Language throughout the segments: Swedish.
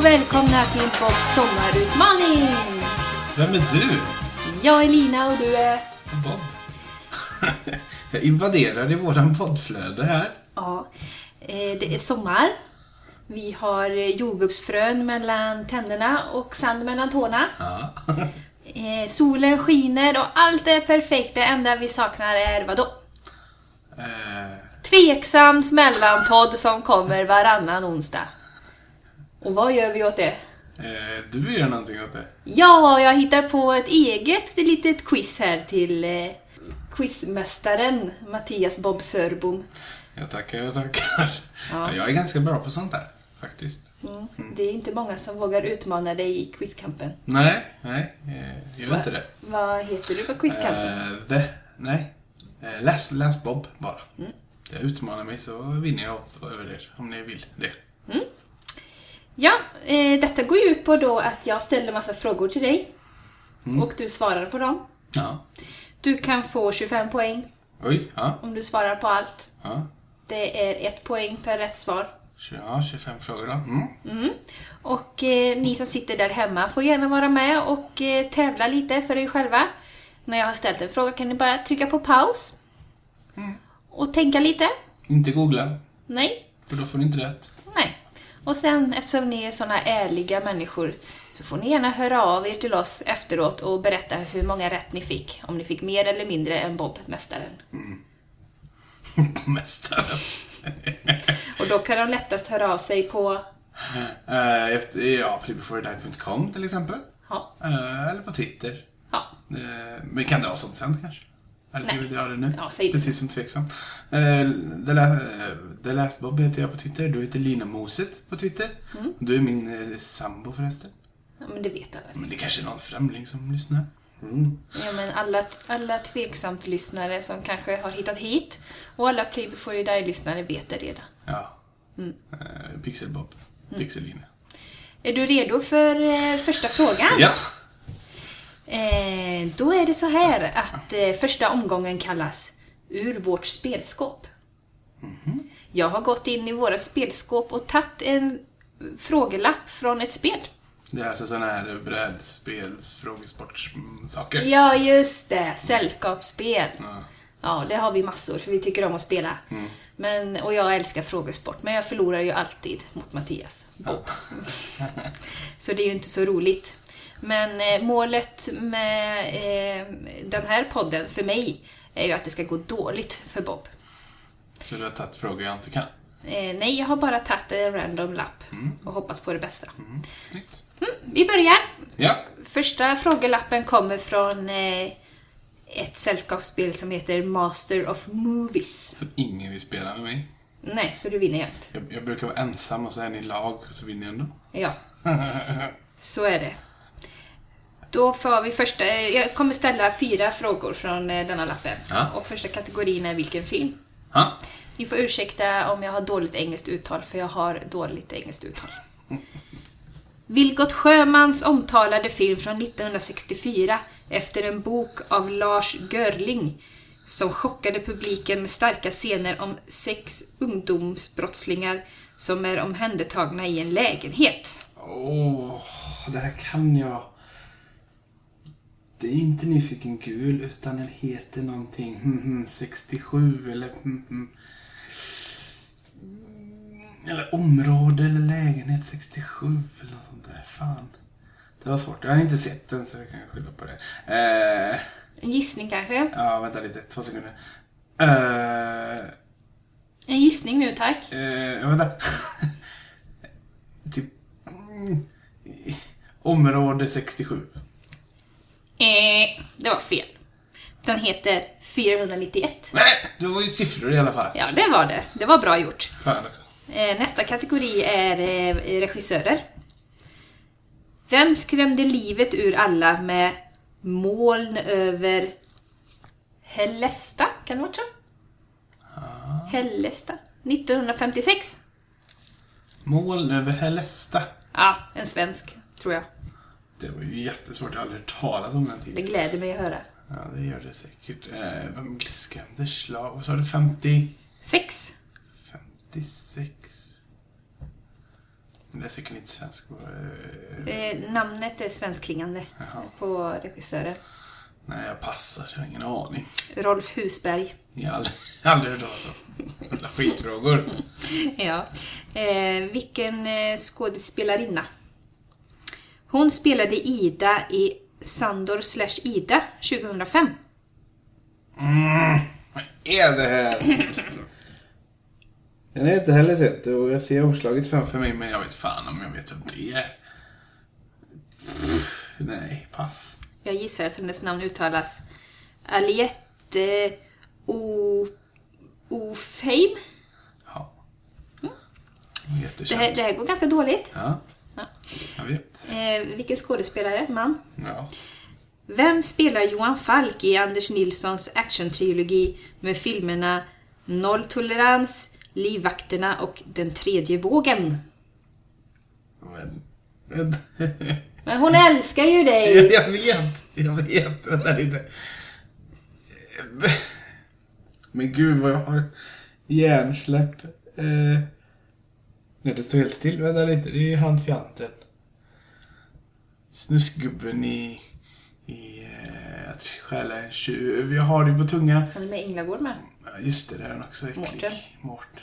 och välkomna till Bobs sommarutmaning! Vem är du? Jag är Lina och du är... Bob. Jag invaderar i våran poddflöde här. Ja, det är sommar. Vi har jordgubbsfrön mellan tänderna och sand mellan tårna. Ja. Solen skiner och allt är perfekt. Det enda vi saknar är vadå? Tveksamt mellanpodd som kommer varannan onsdag. Och vad gör vi åt det? Du gör någonting åt det. Ja, jag hittar på ett eget litet quiz här till quizmästaren Mattias Bob Sörbom. Jag tackar. Ja. Jag är ganska bra på sånt där, faktiskt. Det är inte många som vågar utmana dig i quizkampen. Nej, gör inte det. Vad heter du på quizkampen? Läs Bob bara. Jag utmanar mig så vinner jag över er om ni vill det. Ja, detta går ju ut på då att jag ställer massa frågor till dig. Och du svarar på dem. Ja. Du kan få 25 poäng. Oj, ja. Om du svarar på allt. Ja. Det är 1 poäng per rätt svar. Ja, 25 frågor då. Och ni som sitter där hemma får gärna vara med och tävla lite för er själva. När jag har ställt en fråga kan ni bara trycka på paus. Och tänka lite. Inte googla. Nej. För då får ni inte rätt. Nej. Och sen, eftersom ni är såna ärliga människor, så får ni gärna höra av er till oss efteråt och berätta hur många rätt ni fick. Om ni fick mer eller mindre än Bob, mästaren. Mästaren. Och då kan de lättast höra av sig på... playbeforedie.com till exempel. Ja. Eller på Twitter. Ja. Vi kan dra sånt sen kanske. Eller ska vi dra det nu? Ja, säg det. Precis som tveksam. The Last Bob heter jag på Twitter. Du heter Lina Moset på Twitter. Du är min sambo förresten. Ja, men det vet alla. Men det kanske är någon främling som lyssnar. Ja, men alla tveksamt lyssnare som kanske har hittat hit och alla Play Before You Die-lyssnare vet det redan. Ja. Pixelbob. Pixelina. Är du redo för första frågan? Ja. Då är det så här att första omgången kallas Ur vårt spelskåp. Jag har gått in i våra spelskåp och tagit en frågelapp från ett spel. Det är alltså sådana här brädspels frågesportsaker. Ja, just det. Sällskapsspel. Ja, det har vi massor för vi tycker om att spela. Och jag älskar frågesport, men jag förlorar ju alltid mot Mattias Bob. Så det är ju inte så roligt. Men målet med den här podden för mig är ju att det ska gå dåligt för Bob. Så du har tagit frågor jag inte kan? Nej, jag har bara tagit en random lapp och hoppats på det bästa. Snyggt. Vi börjar. Ja. Första frågelappen kommer från ett sällskapsspel som heter Master of Movies. Som ingen vill spela med mig. Nej, för du vinner jämt. Jag brukar vara ensam och så är ni i lag och så vinner jag ändå. Ja, så är det. Då får vi första... Jag kommer ställa 4 frågor från denna lappen. Ja. Och första kategorin är vilken film. Ja. Ni får ursäkta om jag har dåligt engelskt uttal, för jag har dåligt engelskt uttal. Vilgot Sjömans omtalade film från 1964 efter en bok av Lars Görling som chockade publiken med starka scener om 6 ungdomsbrottslingar som är omhändertagna i en lägenhet. Det här kan jag. Det är inte Nyfiken gul utan den heter någonting 67 eller eller område eller lägenhet 67 eller något sånt där. Fan. Det var svårt. Jag har inte sett den så jag kan skylla på det. En gissning kanske? Ja, vänta lite. 2 sekunder. En gissning nu, tack. Vänta. Typ område 67. Det var fel. Den heter 491. Nej, det var ju siffror i alla fall. Ja, det var det. Det var bra gjort. Fan också. Nästa kategori är regissörer. Vem skrämde livet ur alla med Moln över Hällesta? Kan det vara så? Hällesta. 1956. Moln över Hällesta. Ja, en svensk, tror jag. Det var ju jättesvårt. Jag har aldrig talat om den Det tiden. gläder mig att höra. Ja, det gör det säkert. Vem skrämde slag? Vad sa du? 50? 6. 56. Det är säkert inte svensk. Namnet är svenskklingande på regissören. Nej, jag passar. Jag har ingen aning. Rolf Husberg. Jag har aldrig hört talas om. Alla skitfrågor. Ja. Vilken skådespelarinna? Hon spelade Ida i Sandor/Ida 2005. Vad är det här? Den har inte heller sett och jag ser omslaget framför mig, men jag vet fan om jag vet vem det är. Nej, pass. Jag gissar att hennes namn uttalas Aliette Ofeim. Ja. Det här går ganska dåligt. Ja. Jag vet. Vilken skådespelare? Man. Ja. Vem spelar Johan Falk i Anders Nilssons actiontrilogi med filmerna Nolltolerans, Livvakterna och Den tredje vågen? Men hon älskar ju dig. Jag vet. Vänta lite. Men gud vad jag har hjärnsläpp. Nej, det står helt still. Vänta lite. Det är han fjanten. Snuskgubben i att stjäla en tjuv. Jag har det på tungan. Han är med Inglagård med. Just det, där är han också äcklig. Mårten.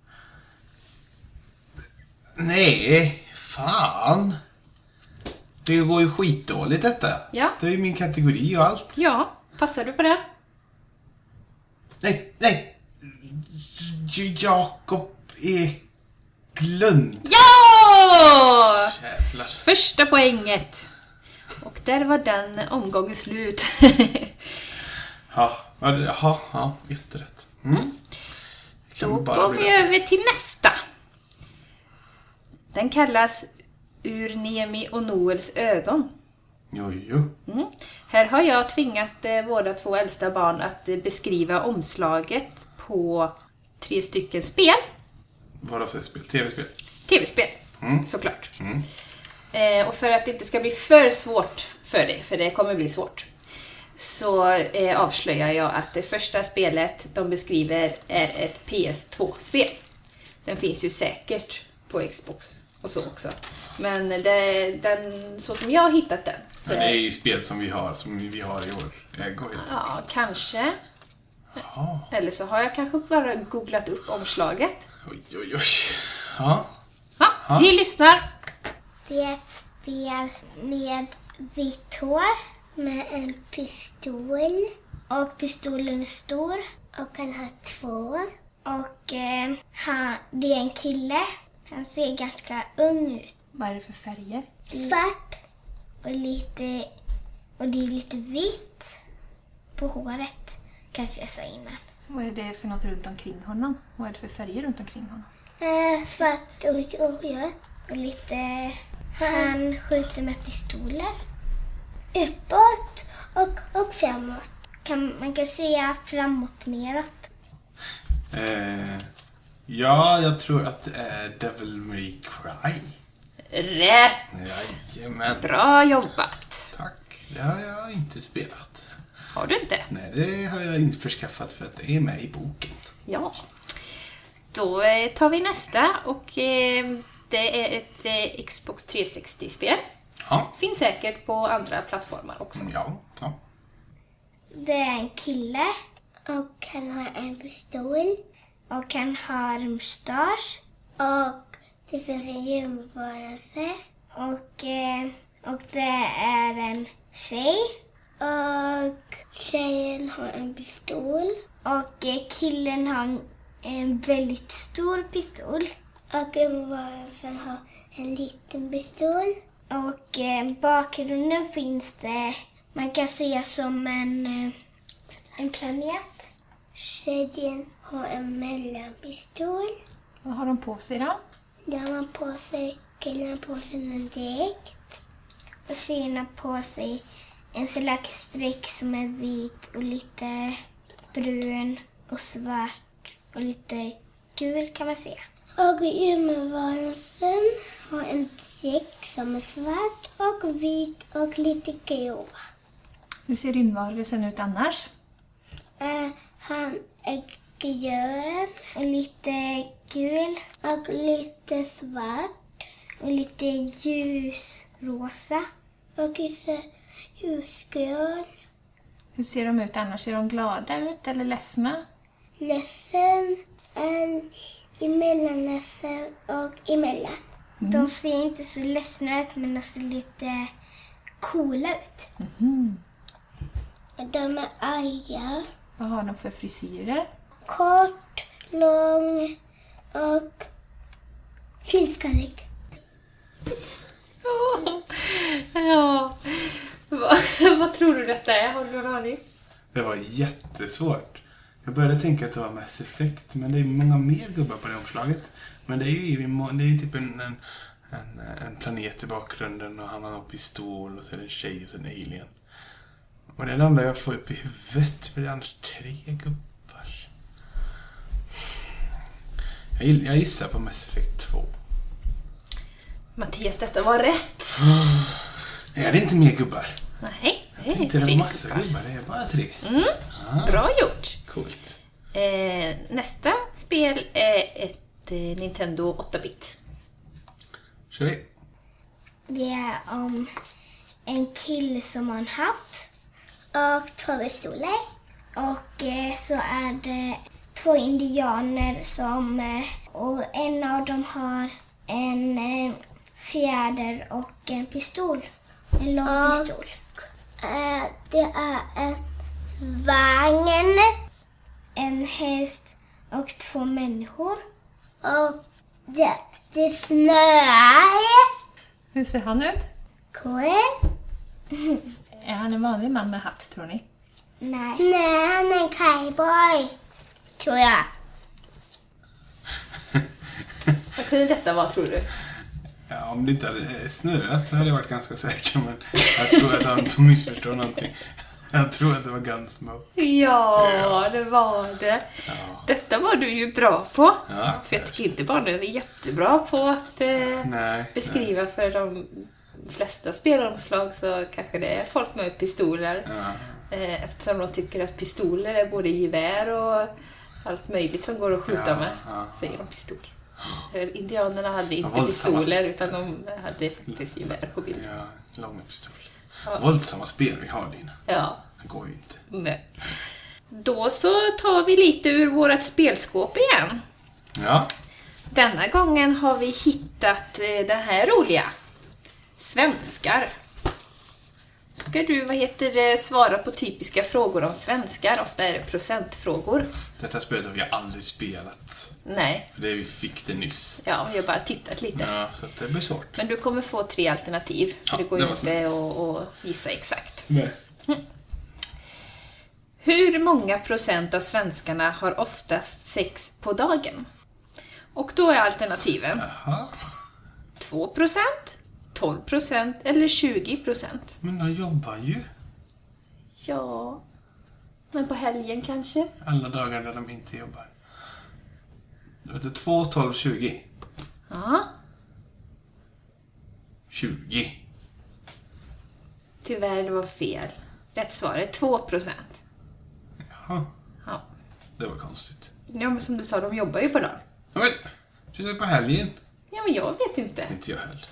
Nej, fan. Det går ju skitdåligt detta. Ja. Det är ju min kategori och allt. Ja, passar du på det? Nej. Jakob Eklund. Ja! Jävlar. Första poänget. Och där var den omgången slut. Ja, jätterätt. Då går vi över till nästa. Den kallas Ur Nemi och Noels ögon. Jo. Här har jag tvingat våra 2 äldsta barn att beskriva omslaget på 3 stycken spel. Vad för spel? TV-spel? TV-spel, såklart. Och för att det inte ska bli för svårt för dig, för det kommer bli svårt, så avslöjar jag att det första spelet de beskriver är ett PS2-spel. Den finns ju säkert på Xbox och så också. Men den, så som jag har hittat den. Så det är ju spel som vi har i år. Ja, kanske. Jaha. Eller så har jag kanske bara googlat upp omslaget. Oj. Ja. Ja, vi lyssnar. Det är ett spel med vitt hår med en pistol. Och pistolen är stor och han har 2. Och det är en kille. Han ser ganska ung ut. Vad är det för färger? Svart och det är lite vitt på håret. Kanske jag sa innan. Vad är det för något runt omkring honom? Vad är det för färger runt omkring honom? Svart och rött. Och lite... Han skjuter med pistoler. Uppåt och framåt. Man kan säga framåt neråt. Ja, jag tror att det är Devil May Cry. Rätt! Jajamän. Bra jobbat! Tack. Det har jag inte spelat. Har du inte? Nej, det har jag inte förskaffat för att det är med i boken. Ja. Då tar vi nästa och det är ett Xbox 360-spel. Ja. Finns säkert på andra plattformar också. Ja. Det är en kille och han har en pistol och han har mustasch och det finns en gymvarelse och det är en tjej och tjejen har en pistol och killen har en väldigt stor pistol och gymvarelsen har en liten pistol och bakgrunden finns det. Man kan se som en planet. Tjejen har en mellanpistol. Vad har de på sig då? Där har man på sig, killen har på sig en dräkt. Och tjejen har på sig en slags streck som är vit och lite brun och svart och lite gul kan man säga. Och gymvarelsen har en streck som är svart och vit och lite grå. Hur ser rymdvarelsen ut annars? Han är grön och lite gul och lite svart och lite ljusrosa och lite ljusgrön. Hur ser de ut annars? Ser de glada ut eller ledsna? Ledsen, emellanledsen och emellan. De ser inte så ledsna ut, men de ser lite coola ut. De är arga. Vad har de för frisyrer? Kort, lång och finskallig. Ja. Vad tror du detta är? Har du någon aning? Det var jättesvårt. Jag började tänka att det var Mass Effect, men det är många mer gubbar på det omslaget. Men det är ju typ en planet i bakgrunden och han har en pistol och så är det en tjej och så en alien. Och det är det enda jag får upp i huvudet, för det är annars 3 gubbar. Jag gissar på Mass Effect 2. Mattias, detta var rätt. Är det inte mer gubbar? Nej, det Jag är tänkte 3 det var massa gubbar. gubbar, det är bara 3. Bra gjort. Coolt. Nästa spel är ett Nintendo 8-bit. Kör vi. Det är om en kille som har en hatt och 2 pistoler. Och så är det 2 indianer som... Och en av dem har en fjäder och en pistol. En lång pistol. Det är en vagn, en häst och 2 människor. Och det snöar. Hur ser han ut? Cool. Är han en vanlig man med hatt, tror ni? Nej, han är en cowboy, tror jag. Vad kunde detta vara, tror du? Ja, om det inte hade snurrat så hade jag varit ganska säker, men jag tror att han får missförstå någonting. Jag tror att det var Gunsmoke. Ja, det var det. Ja. Detta var du ju bra på. Ja, För jag tycker inte barnen är jättebra på att beskriva för de flesta spelomslag, så kanske det är folk med pistoler. Ja. Eftersom de tycker att pistoler är både gevär och allt möjligt som går att skjuta med, säger de pistol. Indianerna hade inte pistoler, utan de hade faktiskt gevär på bild. Ja, långa pistoler. Ja. Våldsamma spel vi har, Lina. Ja. Det går ju inte. Nej. Då så tar vi lite ur vårt spelskåp igen. Ja. Denna gången har vi hittat det här roliga. Svenskar. Ska du, svara på typiska frågor om svenskar? Ofta är det procentfrågor. Detta spelet har vi aldrig spelat. Nej. För det vi fick det nyss. Ja, vi har bara tittat lite. Ja, så att det blir svårt. Men du kommer få 3 alternativ. Ja, det går det ju var inte att gissa exakt. Nej. Hur många procent av svenskarna har oftast sex på dagen? Och då är alternativen Jaha. 2%, 12% eller 20%. Men de jobbar ju. Ja, men på helgen kanske? Alla dagar där de inte jobbar. Du vet, 2, 12, 20. Ja, 20. tyvärr det var fel. Rätt svar är 2%. Jaha, Ja. det var konstigt. Ja, men som du sa, de jobbar ju på dagen. Ja, men, du är på helgen. Ja, men jag vet inte. Inte jag heller.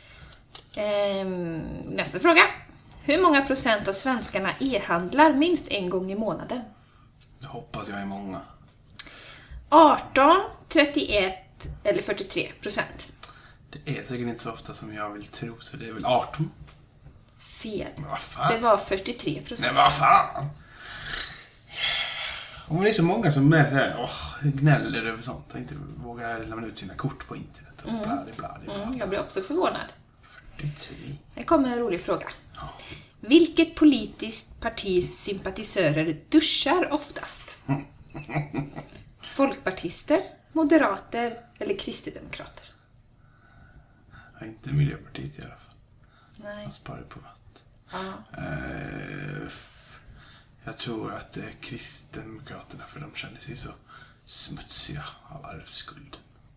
Nästa fråga. Hur många procent av svenskarna e-handlar minst en gång i månaden? Jag hoppas jag är många. 18, 31 eller 43%. Det är säkert inte så ofta som jag vill tro, så det är väl 18. Fel. Men vad fan? Det var 43%. Nej, vad fan? Om det är så många som är så här, gnäller över sånt och inte vågar lämna ut sina kort på internet och bla. Jag blir också förvånad. 43. Det kommer en rolig fråga. Ja. Vilket politiskt partis sympatisörer duschar oftast? Folkpartister, moderater eller kristdemokrater? Ja, inte Miljöpartiet i alla fall. Nej. Man sparar på vatten. Ja. Jag tror att det är kristdemokraterna, för de känner sig så smutsiga av arvsskuld.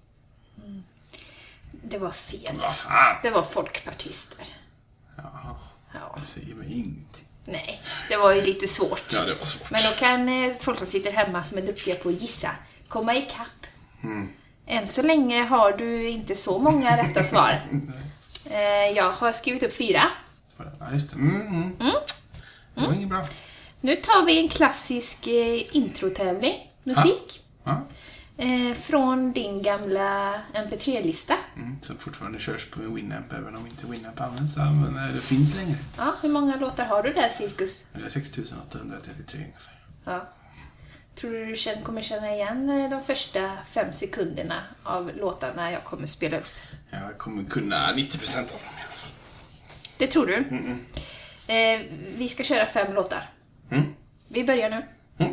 Det var fel. Vad fan? Det var folkpartister. Ja, Ja. det säger mig ingenting. Nej, det var ju lite svårt. Ja, det var svårt. Men då kan folk som sitter hemma som är duktiga på att gissa komma ikapp. Än så länge har du inte så många rätta svar. Jag har skrivit upp 4. Ja, just det. Det var inget bra. Nu tar vi en klassisk introtävling. Musik. Ja. Från din gamla MP3-lista. Som fortfarande körs på Winamp, även om inte Winamp används. Men det finns längre. Ja, hur många låtar har du där, Cirkus? Det är 6833 ungefär. Ja. Tror du kommer känna igen de första 5 sekunderna av låtarna jag kommer spela upp? Jag kommer kunna 90% av dem i alla fall. Det tror du? Vi ska köra 5 låtar. Vi börjar nu.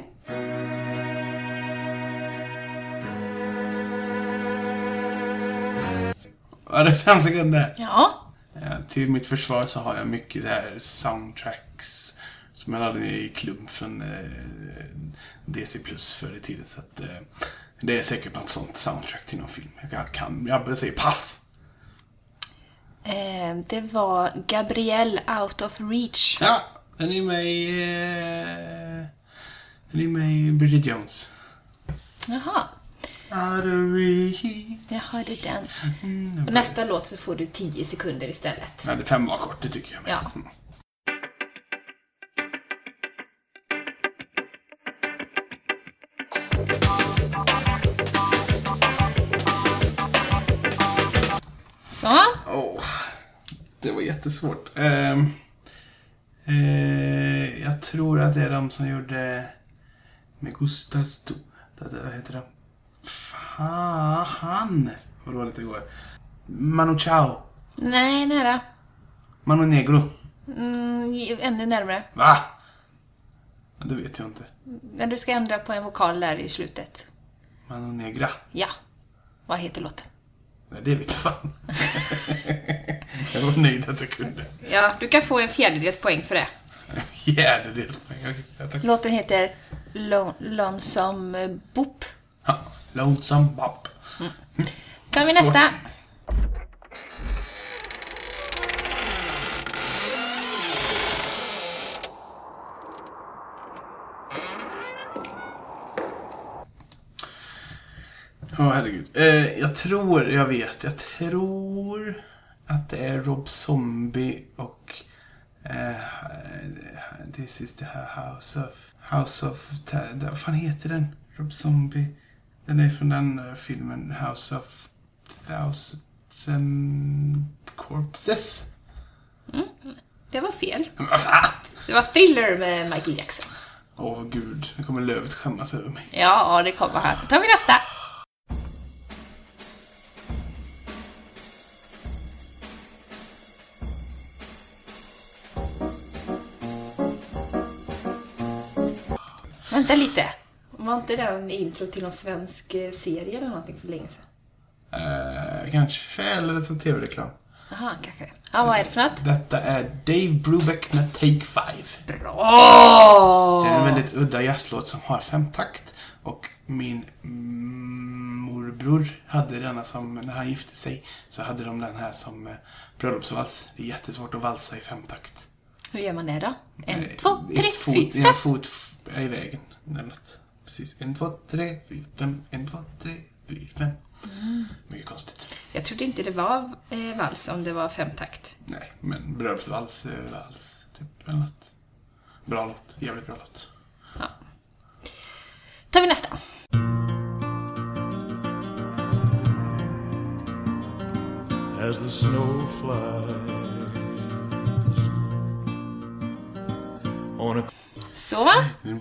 Var det 5 sekunder? Ja. Till mitt försvar så har jag mycket så här soundtracks som jag hade i klubb från DC Plus förr i tiden. Så att, det är säkert något sånt soundtrack till någon film. Jag säger pass. Det var Gabrielle Out of Reach. Ja, den är med i Bridget Jones. Jaha. Out of reach. Jag hörde den. Och nästa låt så får du 10 sekunder istället. Ja, det 5 var kort, det tycker jag. Ja. Så. Det var jättesvårt. Jag tror att det är de som gjorde med Gustas. Vad heter det? Fan. Vad dåligt det går. Manu Chao. Nej, nära. Manu Negro. Ännu närmare. Va? Ja, det vet jag inte. Men du ska ändra på en vokal där i slutet. Manu Negra. Ja. Vad heter låten? Nej, det vet fan. Jag var nöjd att jag kunde. Ja, du kan få en 4/4 poäng för det. Fjärdedels poäng. Låten heter Lonesome Boop. Ja, Lonesome Bob. Tar vi nästa. Herregud. Jag tror att det är Rob Zombie och This is the House of vad fan heter den? Rob Zombie. Den är från den filmen House of Thousand Corpses. Det var fel. Men vad fan? Det var Thriller med Michael Jackson. Gud, nu kommer lövet skämmas över mig. Ja, det kommer här. Då tar vi nästa. Vänta lite. Var inte det en intro till någon svensk serie eller någonting för länge sedan? Kanske, eller som tv-reklam. Jaha, kanske det. Ja, vad är det för något? Detta är Dave Brubeck med Take 5. Bra! Det är en väldigt udda jazzlåt som har 5-takt. Och min morbror hade denna som, när han gifte sig, så hade de den här som bröllopsvals. Det är jättesvårt att valsa i 5-takt. Hur gör man det då? 1, 2, 3, 4, 5. En fot är i vägen. Precis. 1, 2, 3, 4, 5. 1, 2, 3, 4, 5. Mycket konstigt. Jag trodde inte det var vals om det var 5-takt. Nej, men bröllopsvals är vals. Typ eller något. Bra låt. Jävligt bra låt. Ja. Tar vi nästa. As the snow flies on a... Så. In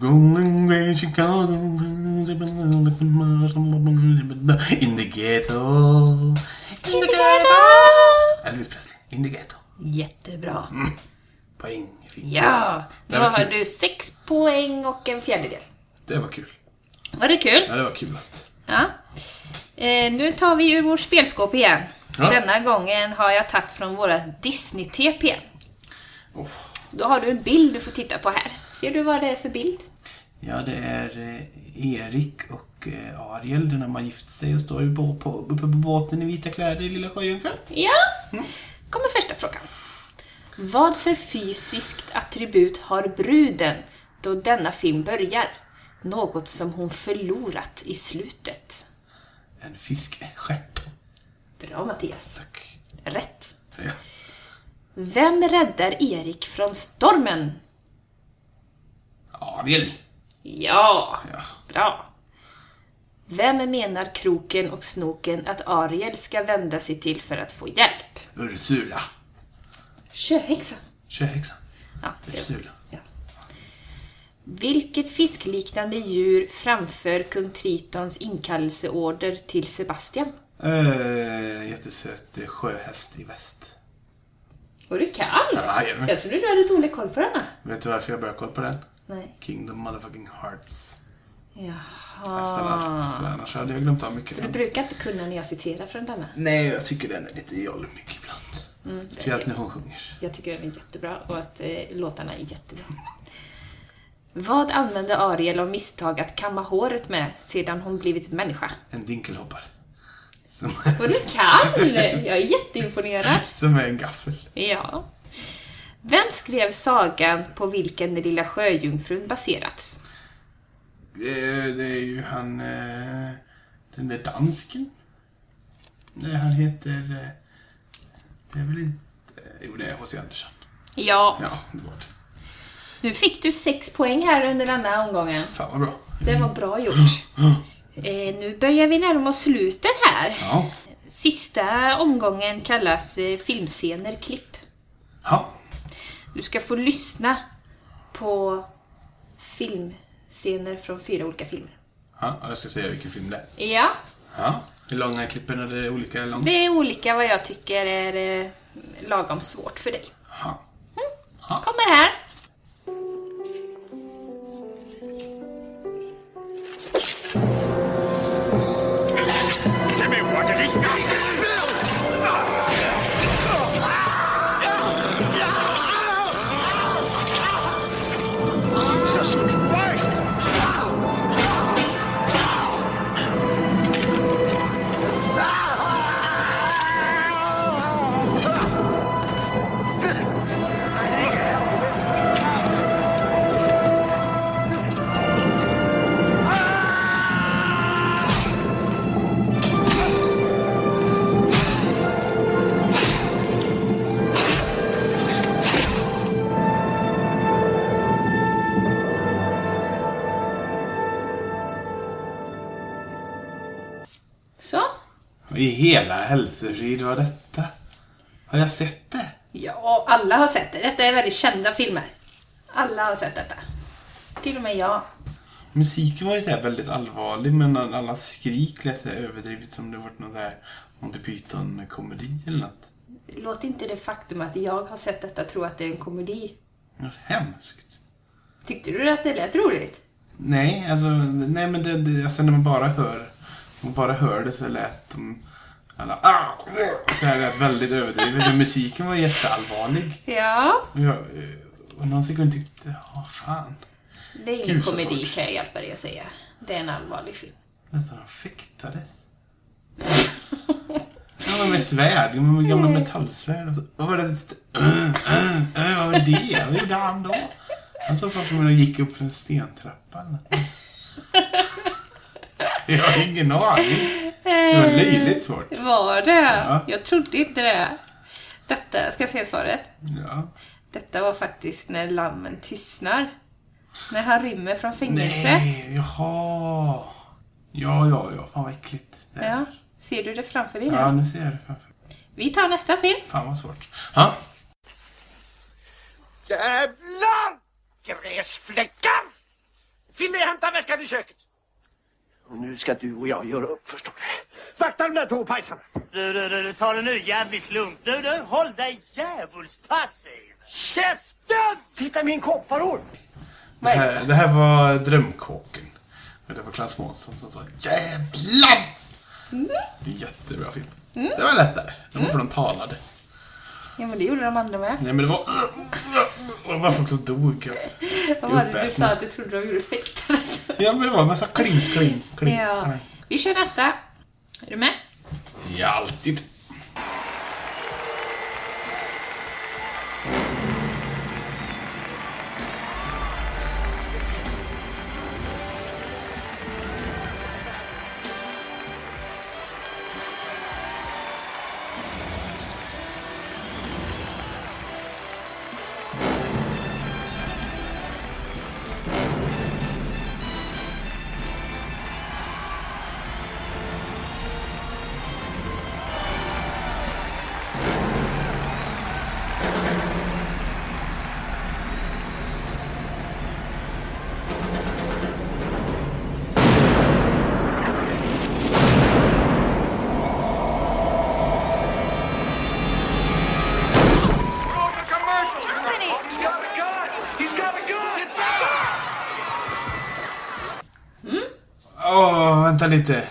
the ghetto. In the ghetto. Elvis Presley. In the ghetto. Jättebra. Poäng. Fint. Ja. Nu Det var har kul. du 6 poäng och en 1/4. Det var kul. Var det kul? Ja, det var kulast. Ja. Nu tar vi ur vår spelskåp igen. Ja. Denna gången har jag tagit från våra Disney-TP. Oh. Då har du en bild du får titta på här. Ser du vad det är för bild? Ja, det är Erik och Ariel. När man gift sig och står uppe på båten i vita kläder i Lilla Sjöjungfrun. Ja. Kommer första frågan. Vad för fysiskt attribut har bruden då denna film börjar? Något som hon förlorat i slutet. En fiskstjärt. Bra, Mattias. Tack. Rätt. Ja. Vem räddar Erik från stormen? Ariel. Ja, Ja. bra. Vem menar Kroken och Snoken att Ariel ska vända sig till för att få hjälp? Ursula. Sjöhäxan. Sjöhäxan. Ja, Ursula. ja. Vilket fiskliknande djur framför kung Tritons inkallelseorder till Sebastian? Jättesöt sjöhäst i väst. Och du kan? Ja, Jag trodde du hade dålig koll på denna. Vet du varför jag började kolla på den? Nej. Kingdom motherfucking Hearts. Jaha. Nästan allt. Annars hade jag glömt av mycket. För du brukar inte kunna när jag citerar från denna. Nej, jag tycker den är lite mycket ibland. Speciellt när hon sjunger. Jag tycker den är jättebra och att låtarna är jättebra. Vad använde Ariel av misstag att kamma håret med sedan hon blivit människa? En dinkelhoppar. Och du kan! Jag är jätteimponerad. Som är en gaffel. Ja. Vem skrev sagan på vilken den lilla sjöjungfrun baserats? Det är ju han... den där dansken. Nej, han heter... det är väl inte... Jo, det är H.C. Andersen. Ja. Ja, det var det. Nu fick du 6 poäng här under denna omgången. Fan vad bra. Det var bra gjort. Nu börjar vi närma oss slutet här. Ja. Sista omgången kallas filmscener klipp. Ja. Du ska få lyssna på filmscener från 4 olika filmer. Ja, jag ska säga vilken film det är. Ja, Ja. Hur långa är klippen? Är det olika långt? det är olika vad jag tycker är lagom svårt för dig. Ja. Kommer här. Give me what it is. Jesus Christ! Så. I hela hälsofrid var detta. Har jag sett det? Ja, alla har sett det. Detta är väldigt kända filmer. Alla har sett detta. Till och med jag. Musiken var ju så här väldigt allvarlig, men alla skrik lät så här överdrivet som det varit någon så här Monty Python-komedi eller något. Låt inte det faktum att jag har sett detta tro att det är en komedi. Det var så hemskt. Tyckte du att det lät roligt? Nej, alltså, nej men alltså när man bara hör det så lät de alla så här lät väldigt överdrivet. Men musiken var jätteallvarlig. Ja. Och någon sekund tyckte, fan. Det är ingen Gud, så komedi svårt. kan jag hjälpa dig att säga. Det är en allvarlig film. Nästan de fäktades. Ja, men med svärd, med gamla metallsvärd och så. Vad var det? Vad var det? Vad gjorde han då? Han såg framför mig och gick upp för en stentrappa. Jag har ingen aning. Det var löjligt svårt. Var det? Ja. Jag trodde inte det. Detta, ska jag säga svaret? Ja. Detta var faktiskt när lammen tystnar. När han rymmer från fängelset. Nej, jaha. Ja. Fan vad äckligt. Det är. Ja. Ser du det framför dig nu? Ja, nu ser jag det framför. Vi tar nästa film. Fan vad svårt. Ja. Jävlar! Gräsfläckar! Finne, hämta väskan i köket. Och nu ska du och jag göra upp, förstår du. Vakta de där två pajsarna. Du, ta det nu jävligt lugnt. Du, håll dig djävulskt passiv. Käften! Titta min kopparhår. Vad är det? Det här var Drömkåken. Och det var Claes Månsson som sa jävlar! Det är en jättebra film. Det var lättare. Det var för de talade. Ja, men det gjorde de andra med. Nej, men det var... Och det var folk som dog. Vad var det du sa att du trodde de gjorde fäktades? Ja, men det var en massa kling. Ja. Vi kör nästa. Är du med? Ja, alltid. Vänta lite.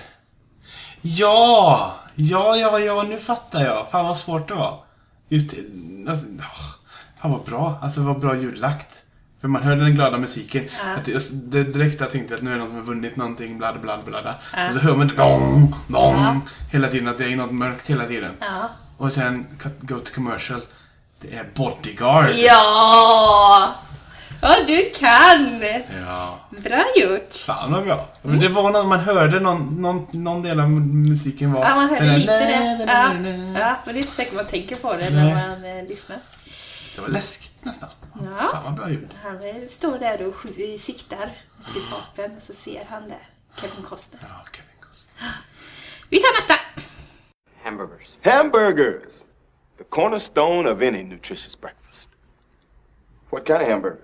Ja, nu fattar jag. Fan vad svårt det var. Just alltså, fan vad bra. Alltså vad bra ljudlagt. För man hörde den glada musiken. Att det direkt jag tänkte att nu är det någon som har vunnit någonting. Bla. Och så hör man det dong. Hela tiden, att det är något mörkt hela tiden. Och sen go to commercial. Det är Bodyguard. Ja, du kan. Ja. Bra gjort. Fan vad bra. Men det var när man hörde någon del av musiken var... Ja, man hörde lite det. Ja, men det är inte säkert man tänker på det när man lyssnar. Det var läskigt nästan. Ja. Fan vad bra ljud. Han står där och siktar med sitt vapen och så ser han det. Kevin Costner. Ja, Kevin Costner. Vi tar nästa. Hamburgers. The cornerstone of any nutritious breakfast. What kind of hamburgers?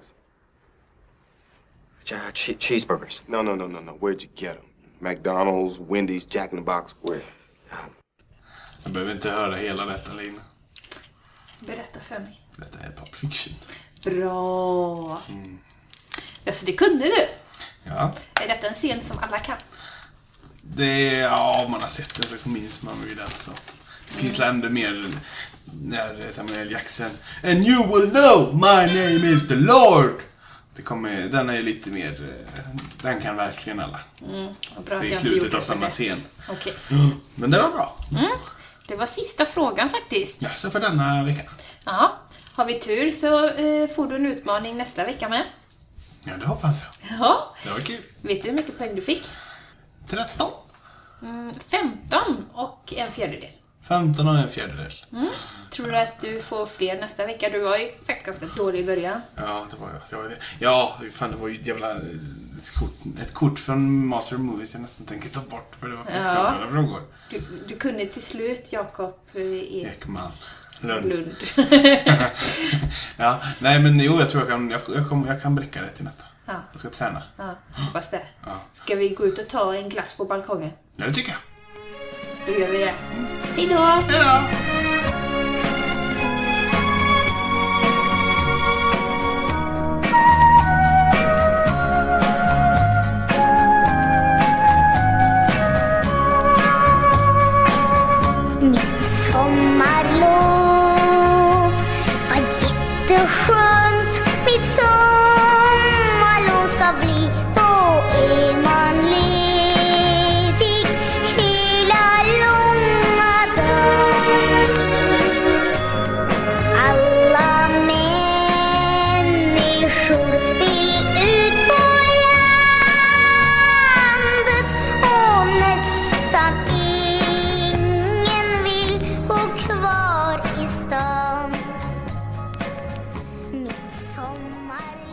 Cheeseburgers. No. Where'd you get them? McDonald's, Wendy's, Jack in the Box, where? Jag behöver inte höra hela detta, Lina. Berätta för mig. Detta är Pulp Fiction. Bra. Alltså det kunde du. Ja. Är detta en scen som alla kan? Om man har sett det så minns man ju den. Så. Det finns ändå mer när Samuel Jackson And you will know my name is the Lord. Den är ju lite mer, den kan verkligen alla. Bra det är i slutet av samma scen. Okay. Men det var bra. Det var sista frågan faktiskt. Ja, så för denna vecka. Ja, har vi tur så får du en utmaning nästa vecka med. Ja, det hoppas jag. Ja. Det var kul. Vet du hur mycket poäng du fick? 13. 15 och en fjärdedel. 15 och en fjärdedel. Tror du att du får fler nästa vecka? Du var ju faktiskt ganska dålig i början. Ja, det var jag. Ja, fan, det var ju ett jävla ett kort från Master of Movies jag nästan tänker ta bort för det var fruktansvärda frågor. Du kunde till slut Jakob Ekman Lund. Ja, nej men jo, jag tror jag kan bräcka det till nästa. Ja. Jag ska träna. Ja, hoppas det. Ja. Ska vi gå ut och ta en glass på balkongen? Ja, det tycker jag. Då gör vi det. Hejdå! Hejdå! Sommarlov var jätteskönt. Mitt sommarlov ska bli. Då är man ledig hela långa dagen. Alla människor vill ut på landet och nästan ingen vill bo kvar i stan. Midsommar